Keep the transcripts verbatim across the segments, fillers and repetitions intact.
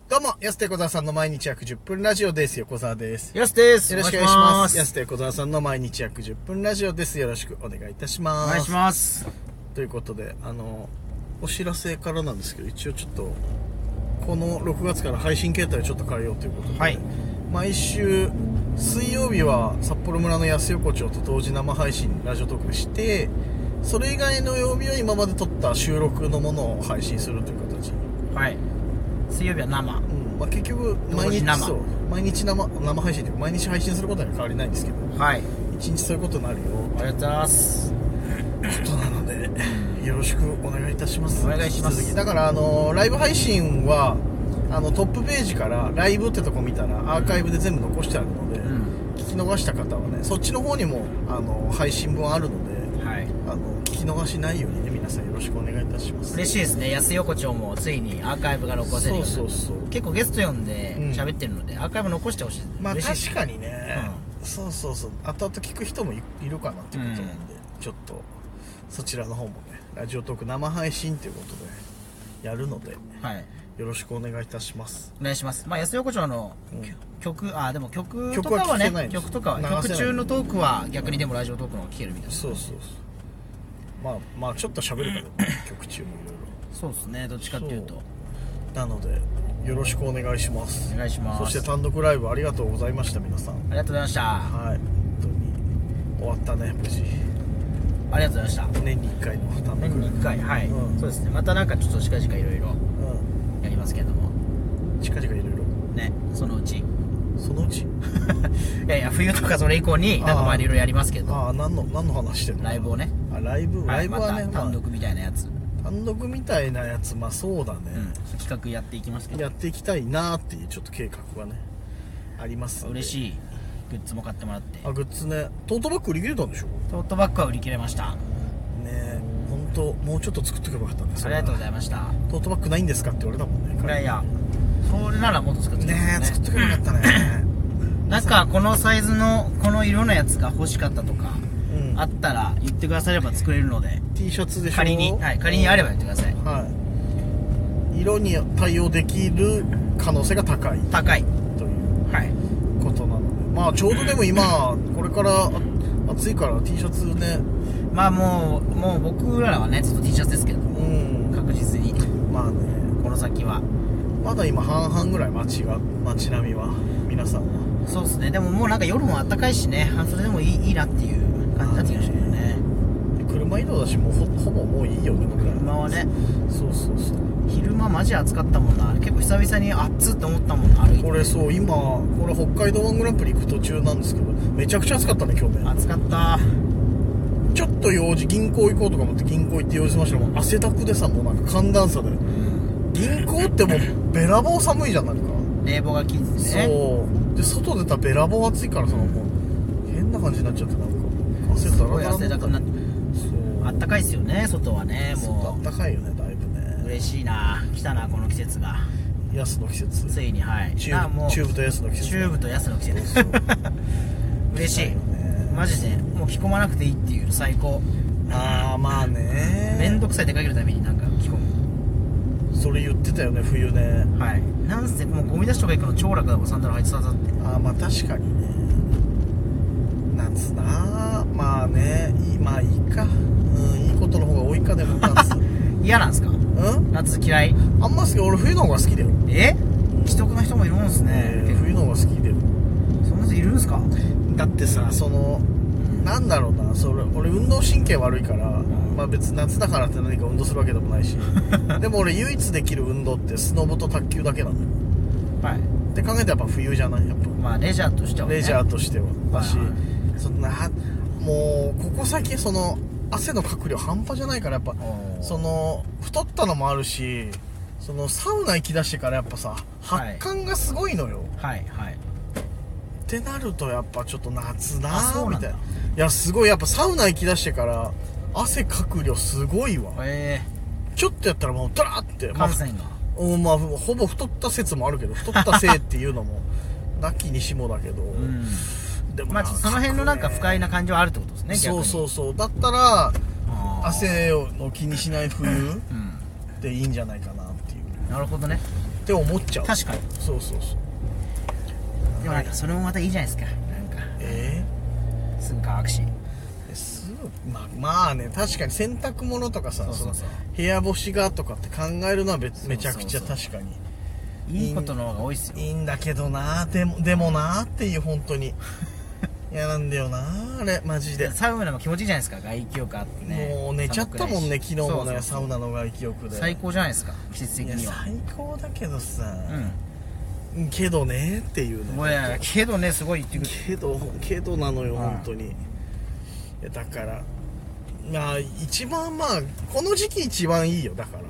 どうも、安手小沢さんの毎日約じゅっぷんラジオです。横澤です。 安です。 よろしくお願いします。安手小沢さんの毎日約じゅっぷんラジオです。よろしくお願いいたします。 お願いします。 ということで、あの、お知らせからなんですけど、一応ちょっと、このろくがつから配信形態をちょっと変えようということで、はい、毎週、水曜日は札幌村の安横丁と同時生配信、ラジオトークして、それ以外の曜日は今まで撮った収録のものを配信するという形。 はい。水曜日は生。 うん。まあ、結局、毎日生。そう。毎日生、生配信で、毎日配信することには変わりないんですけど。 はい。 一日そういうことになるよ。 ありがとうございます。 ことなので、よろしくお願いいたします。 お願いします。 だから、あの、ライブ配信は、あの、トップページからライブってとこ見たら、アーカイブで全部残してあるので、うん、聞き逃した方はね、そっちの方にも、あの、配信分あるので、 はい。 あの、聞き逃しないようにね、皆さんよろしくお願いいたします。 嬉しいですね。安横丁もついにアーカイブが残せるようになる。 そうそうそう。 結構ゲスト呼んで喋ってるので、うん、アーカイブ残してほしい。 まあ確かにね、うん、そうそうそう。後々聞く人も い, いるかなっていうことなんで、うん、ちょっと、そちらの方もね、ラジオトーク生配信ということで、やるので、はい。よろしくお願いいたします。 お願いします。まあ安横丁の曲、うん、あでも曲とかはね、曲, 曲とかは曲中のトークは逆にでもラジオトークの方が聞けるみたいな。 そうそうそう。まあまあちょっと喋るからね、曲中もいろいろ。 そうですね。どっちかっていうと。 なのでよろしくお願いします。 お願いします。 そして単独ライブありがとうございました皆さん。ありがとうございました。 はい。本当に終わったね無事。 ありがとうございました。 年にいっかいの単独。 年にいっかいはい、うん。そうですね。またなんかちょっと近々いろいろ。やりますけども近々いろいろねそのうちそのうちいやいや冬とかそれ以降になんかまあいろいろやりますけどああ何の何の話してんのライブをねあライブ、 はい、 ライブはね、 また単独みたいなやつ、まあ、単独みたいなやつまあそうだね、 うん、企画やっていきますけどやっていきたいなーっていうちょっと計画がねありますので嬉しいグッズも買ってもらってあグッズねトートバッグ売り切れたんでしょトートバッグは売り切れましたねえ本当もうちょっと作っとけばよかったんですありがとうございましたトートバッグないんですかって言われたもんねいやいやそれならもっと作ってくれねね作っとけばよかったねなんかこのサイズのこの色のやつが欲しかったとか、うん、あったら言ってくだされば作れるので T シャツでしょ仮に、はい、仮にあれば言ってください、 はい色に対応できる可能性が高い高いということなのでまあちょうどでも今これから暑いから T シャツねまあもうもう僕らはねずっと T シャツですけども、うん、確実にまあねこの先はまだ今半々ぐらい街が街並みは皆さんはそうですねでももうなんか夜も暖かいしね半袖でもいい、いいなっていう感じになってきましたけどね車移動だしもう ほ, ほぼもういいよね車はねそうそうそう昼間マジ暑かったもんな結構久々に暑って思ったもんな歩いてこれそう今これ北海道ワングランプリ行く途中なんですけどめちゃくちゃ暑かったね今日ね暑かったちょっと用事銀行行こうとか思って銀行行って用事しましたらもう汗だくでさもうなんか寒暖差で、うん、銀行ってもうべらぼう寒いじゃんなんか冷房が効いててねそうで外出たらべらぼう暑いからさもう変な感じになっちゃってなんか汗だらだら汗だくなってあったかいっすよね外はねもうあったかいよねだいぶね嬉しいな来たなこの季節が安の季節ついにはいチューブ、もうチューブと安の季節チューブと安の季節そうそう嬉しい、ね、マジでもう着込まなくていいっていう最高ああまあねめんどくさい出かけるためになんか着込むそれ言ってたよね冬ねはいなんせもうゴミ出しとか行くの超楽だもんサンダル履いてささってああまあ確かにね夏なまあねいいまあいいかうんいいことの方が多いかでも夏嫌なんすかうん夏嫌いあんま好き俺冬の方が好きだよえ既得な人もいるんすね、 えー、冬の方が好きだよそんな人いるんすかだってさそのなんだろうなそれ俺運動神経悪いから、うん、まあ別に夏だからって何か運動するわけでもないしでも俺唯一できる運動ってスノボと卓球だけなのよはいって考えたらやっぱ冬じゃないやっぱまあレジャーとしては、ね、 レジャーとしてはだし、 はいはい、 そんなもうここ最その汗のかく量半端じゃないからやっぱその太ったのもあるしそのサウナ行きだしてからやっぱさ発汗がすごいのよはいはいってなるとやっぱちょっと夏だーみたいないやすごいやっぱサウナ行きだしてから汗かく量すごいわえー、ちょっとやったらもうドラーって汗腺が、 まあ、まあほぼ太った説もあるけど太ったせいっていうのもなきにしもだけど、うんでもまあその辺のなんか不快な感じはあるってことですねそうそうそうだったら汗を気にしない冬でいいんじゃないかなっていうなるほどねって思っちゃう。 確かに。 そうそうそう。 でもなんかそれもまたいいじゃないですか。なんかえー、すぐ乾くし。 すぐまあまあね、確かに洗濯物とかさ、 そうそうそう、 その部屋干しがとかって考えるのは別めちゃくちゃ確かにいいことの方が多いっすよ。 いいんだけどな、でもでもなっていう、本当に嫌なんだよなあれマジで。 サウナも気持ちいいじゃないですか、外気浴あってね。 もう寝ちゃったもんね昨日もね。 そうそうそう、 サウナの外気浴で最高じゃないですか、季節的には。 いや最高だけどさ、 うんけどねっていうね。 もういやけどねすごい言ってくるけどけどなのよ、 うん、 本当に。いやだからまあ一番まあこの時期一番いいよ、だから、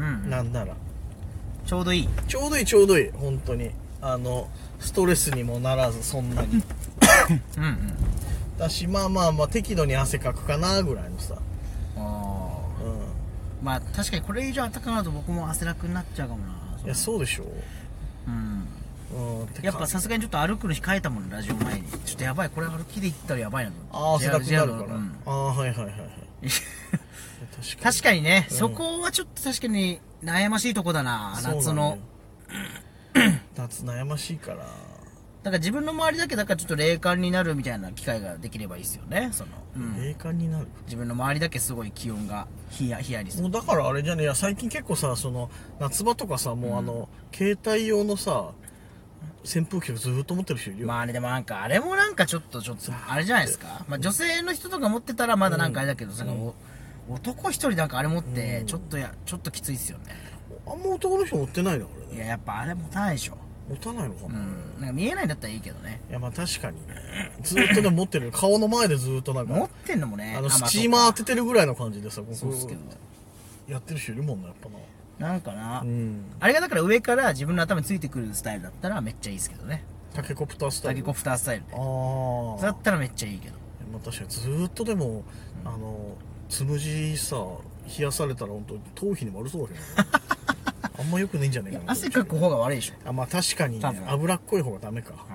うん、なんならちょうどいいちょうどいいちょうどいい本当に。あのストレスにもならずそんなにうんうんだし、まあまあまあ適度に汗かくかなぐらいのさ。ああ、 うん、まあ確かにこれ以上暖かくなると僕も汗だくになっちゃうかもな。 いやそうでしょう。 うん、うん、やっぱさすがにちょっと歩くの控えたもん、ラジオ前に。ちょっとやばい、これ歩きで行ったらやばいなと。 ああ汗だくなるから、うん、ああはいはいはいはい確かに確かにね、うん、そこはちょっと確かに悩ましいとこだな、夏の夏悩ましいから。 だから自分の周りだけだからちょっと冷感になるみたいな機会ができればいいですよね。その、 うん、冷感になる。 自分の周りだけすごい気温がひやひやりする。 もうだからあれじゃねえや、最近結構さ、その夏場とかさ、もうあの、うん、携帯用のさ扇風機をずっと持ってる人いるよ。 まあね、でもなんかあれもなんかちょっとちょっとあれじゃないですか。まあ女性の人とか持ってたらまだなんかあれだけどさ、うん、男一人なんかあれ持ってちょっとや、ちょっときついっすよね。 あんま男の人持ってないな俺ね。 いややっぱあれ持たないでしょ。 持たないのかな、うん、 なんか見えないんだったらいいけどね。 いやまあ確かにね、ずっとでも持ってる顔の前でずっとなんか持ってんのもね、 あのスチーマー当ててるぐらいの感じでさ、 そうっすけどやってる人いるもんな、やっぱな。 なんかな、 うん、 あれがだから上から自分の頭についてくるスタイルだったらめっちゃいいですけどね。 タケコプタースタイル。 タケコプタースタイルで。 ああ。 だったらめっちゃいいけど。 まあ確かにずっとでも、うん、あのつむじさ冷やされたら本当頭皮に悪そうだけどね。あんま良くないんじゃないかな。 汗かく方が悪いでしょ。 あまあ確かに、ね、脂っこい方がダメか。はい。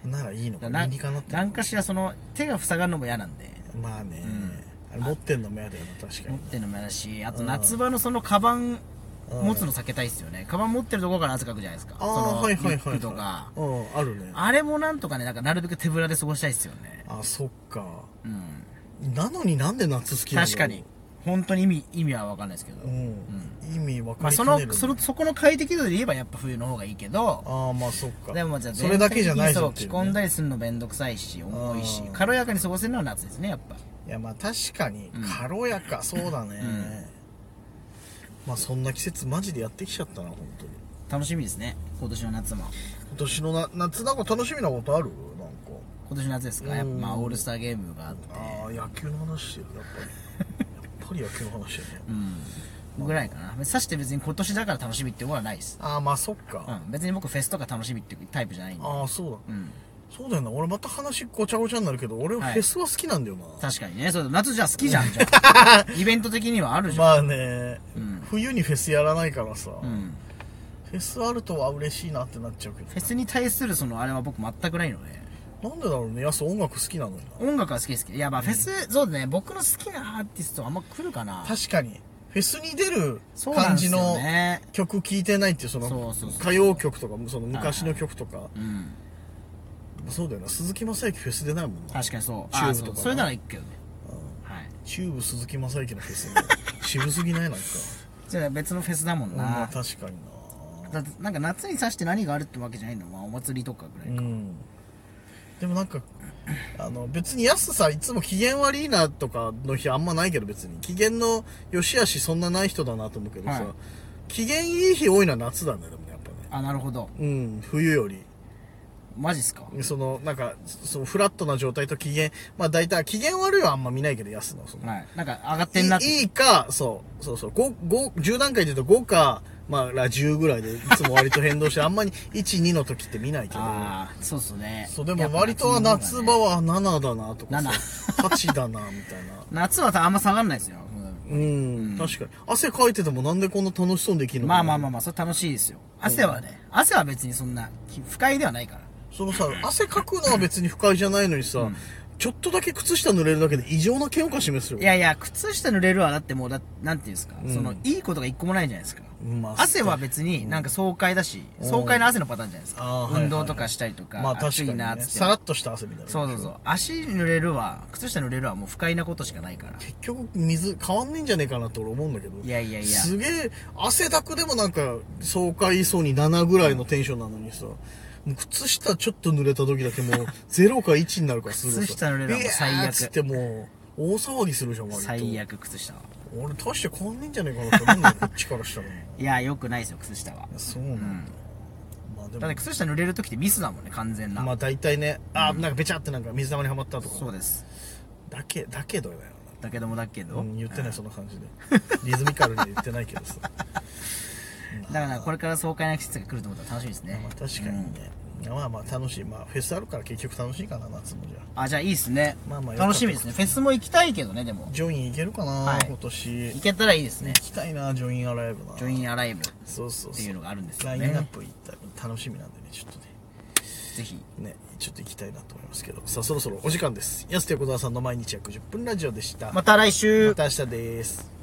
ならいいのかな。 理にかなって何かしらその手が塞がるのも嫌なんで。 まあね。うん、あれ持ってんのも嫌だよな、確かに。 持ってんのも嫌だし、あと夏場のそのカバン持つの避けたいっすよね。カバン持ってるところから汗かくじゃないですか。 ああはいはいはい。リュックとか。 うん、あるね。 あれもなんとかね、なんかなるべく手ぶらで過ごしたいっすよね。 あ、そっか。うん。なのになんで夏好きなの？ 確かに。本当に意味意味は分かんないですけど、うんうん、意味分かんない、 まあ、そのそのそこの快適度で言えばやっぱ冬の方がいいけど、 ああまあそっか。 でもじゃあそれだけじゃないぞっていう、 ね、着込んだりするのめんどくさいし重いし軽やかに過ごせるのは夏ですね、やっぱ。 いやまあ確かに軽やか、うん、そうだね、うん、まあそんな季節マジでやってきちゃったな、本当に。 楽しみですね、今年の夏も。 今年のな夏なんか楽しみなことある？なんか今年の夏ですか？やっぱまあオールスターゲームがあって、 ああ野球の話してる、やっぱりやっぱり野球の話してるね。 うんぐらいかな。さして別に今年だから楽しみっていうのはないです。 ああまあそっか、 うん、別に僕フェスとか楽しみっていうタイプじゃないんで。 ああそうだ、うん、そうだよな。俺また話ごちゃごちゃになるけど、俺はフェスは好きなんだよな、はい、 確かにね。そう夏じゃ好きじゃんじゃあイベント的にはあるじゃん。 まあね、うん、冬にフェスやらないからさ、うん、フェスあるとは嬉しいなってなっちゃうけど、 フェスに対するそのあれは僕全くないので。 なんでだろうね。やす音楽好きなのよな。 音楽は好きですけど、いやまあフェス、うん、そうだね、僕の好きなアーティストあんま来るかな。 確かにフェスに出る感じの曲聴いてないっていう、その歌謡曲とかその昔の曲とか、うん、そうだよな。鈴木雅之フェス出ないもんな。 確かにそう。チューブとかそれなら行くけどね、 うん、はい、チューブ鈴木雅之のフェス渋すぎない？なんかじゃあ別のフェスだもんな、うん、まあ確かにな。だってなんか夏にさして何があるってわけじゃないの、まあ、お祭りとかぐらいか、うん、でもなんかあの別に安さいつも機嫌悪いなとかの日あんまないけど、別に機嫌の良し悪しそんなない人だなと思うけどさ、はい、機嫌いい日多いのは夏だね。でもねやっぱね。 あ、なるほど。 うん冬より。 マジっすか？ そのなんかそのフラットな状態と機嫌、まあ大体機嫌悪いはあんま見ないけど、安のその、 はい、なんか上がってんなっていいか、そうそうそうご、ご、じゅう段階で言うとごかまあじゅうぐらいでいつも割と変動してあんまりいち、にの時って見ないけど。 ああそうっすね。 そうでも割とは夏場はななだなとかさ、はちだなみたいな。 夏はあんま下がんないですよ。 うん、うん、確かに汗かいててもなんでこんな楽しそうにできるのかな。まあまあまあまあそれ楽しいですよ。汗はね、うん、汗は別にそんな不快ではないから。 そのさ、汗かくのは別に不快じゃないのにさ、うん、ちょっとだけ靴下濡れるだけで異常な嫌悪感示するよ。 いやいや、靴下濡れるはだってもうだ、なんていうんですか、うん、その、いいことが一個もないじゃないですか。 まあ汗は別になんか爽快だし、 うん爽快な汗のパターンじゃないですか。 あーはいはいはい運動とかしたりとか、 まあ確か暑いに、ね、 なっつってさらっとした汗みたいな。 そうそうそう。足濡れるわ、靴下濡れるわ、もう不快なことしかないから。 結局水変わんねえんじゃねえかなって俺思うんだけど。 いやいやいや。 すげえ、汗だくでもなんか、爽快そうにななぐらいのテンションなのにさ、もう靴下ちょっと濡れた時だけもうゼロかいちになるからすぐさ。 靴下濡れるのはもう最悪ビヤーっつってもう、大騒ぎするじゃん、割と。 最悪、靴下は。 俺、大して変わんねえんじゃねえかなって思うんだよ、こっちからしたら。 いや、よくないですよ、靴下は。 そうなんだ。 うんまあでもだって靴下濡れる時ってミスだもんね、完全な。 まあ大体ね、あ、なんかべちゃってなんか水玉にはまったとか。 そうです。 だけ、だけどだよだけどもだけど。 な。うん、言ってないそんな感じで。リズミカルには言ってないけどさ。 だからこれから爽快な季節が来ると思ったら楽しみですね。 まあ確かにね。まあまあ楽しい。まあフェスあるから結局楽しいかな、夏もじゃあ。 あ、じゃあいいっすね。 まあまあよかった楽しみですね。フェスも行きたいけどね、でも。 ジョイン行けるかな、 はい今年。 行けたらいいですね行。きたいな、ジョインアライブな。 ジョインアライブっそうそうそう。 ていうのがあるんですよラインナッね。 プ行ったら楽しみなんでね、ちょっとね。 ぜひ。 ね、ちょっと行きたいなと思いますけど。さあ、そろそろお時間です。安手小沢さんの毎日約じゅっぷんラジオでした。 また来週また明日です。